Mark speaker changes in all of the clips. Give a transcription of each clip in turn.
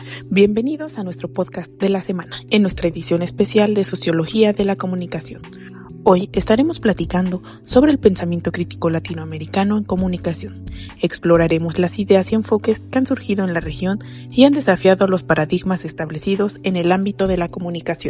Speaker 1: Bienvenidos a nuestro podcast de la semana, en nuestra edición especial de Sociología de la Comunicación. Hoy estaremos platicando sobre el pensamiento crítico latinoamericano en comunicación. Exploraremos las ideas y enfoques que han surgido en la región y han desafiado los paradigmas establecidos en el ámbito de la comunicación.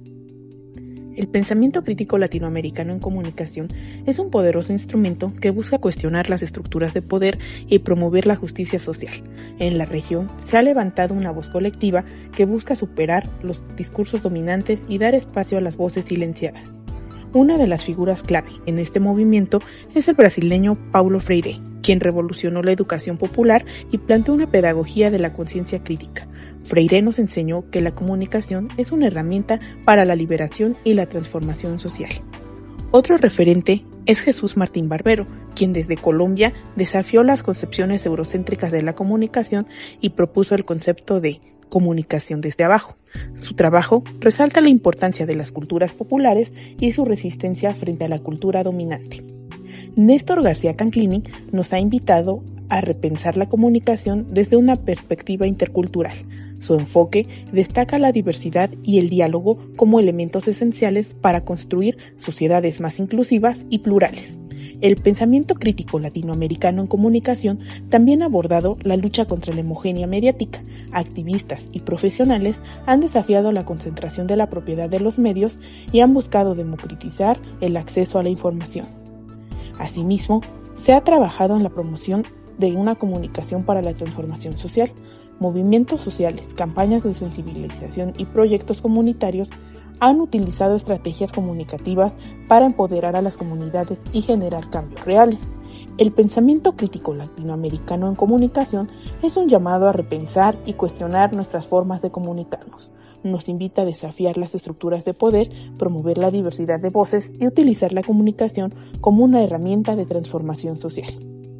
Speaker 1: El pensamiento crítico latinoamericano en comunicación es un poderoso instrumento que busca cuestionar las estructuras de poder y promover la justicia social. En la región se ha levantado una voz colectiva que busca superar los discursos dominantes y dar espacio a las voces silenciadas. Una de las figuras clave en este movimiento es el brasileño Paulo Freire, quien revolucionó la educación popular y planteó una pedagogía de la conciencia crítica. Freire nos enseñó que la comunicación es una herramienta para la liberación y la transformación social. Otro referente es Jesús Martín Barbero, quien desde Colombia desafió las concepciones eurocéntricas de la comunicación y propuso el concepto de comunicación desde abajo. Su trabajo resalta la importancia de las culturas populares y su resistencia frente a la cultura dominante. Néstor García Canclini nos ha invitado a repensar la comunicación desde una perspectiva intercultural. Su enfoque destaca la diversidad y el diálogo como elementos esenciales para construir sociedades más inclusivas y plurales. El pensamiento crítico latinoamericano en comunicación también ha abordado la lucha contra la hemogénea mediática. Activistas y profesionales han desafiado la concentración de la propiedad de los medios y han buscado democratizar el acceso a la información. Asimismo, se ha trabajado en la promoción de una comunicación para la transformación social. Movimientos sociales, campañas de sensibilización y proyectos comunitarios han utilizado estrategias comunicativas para empoderar a las comunidades y generar cambios reales. El pensamiento crítico latinoamericano en comunicación es un llamado a repensar y cuestionar nuestras formas de comunicarnos. Nos invita a desafiar las estructuras de poder, promover la diversidad de voces y utilizar la comunicación como una herramienta de transformación social.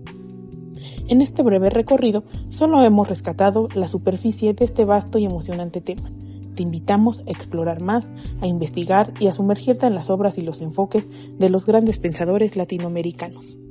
Speaker 1: En este breve recorrido, solo hemos rescatado la superficie de este vasto y emocionante tema. Te invitamos a explorar más, a investigar y a sumergirte en las obras y los enfoques de los grandes pensadores latinoamericanos.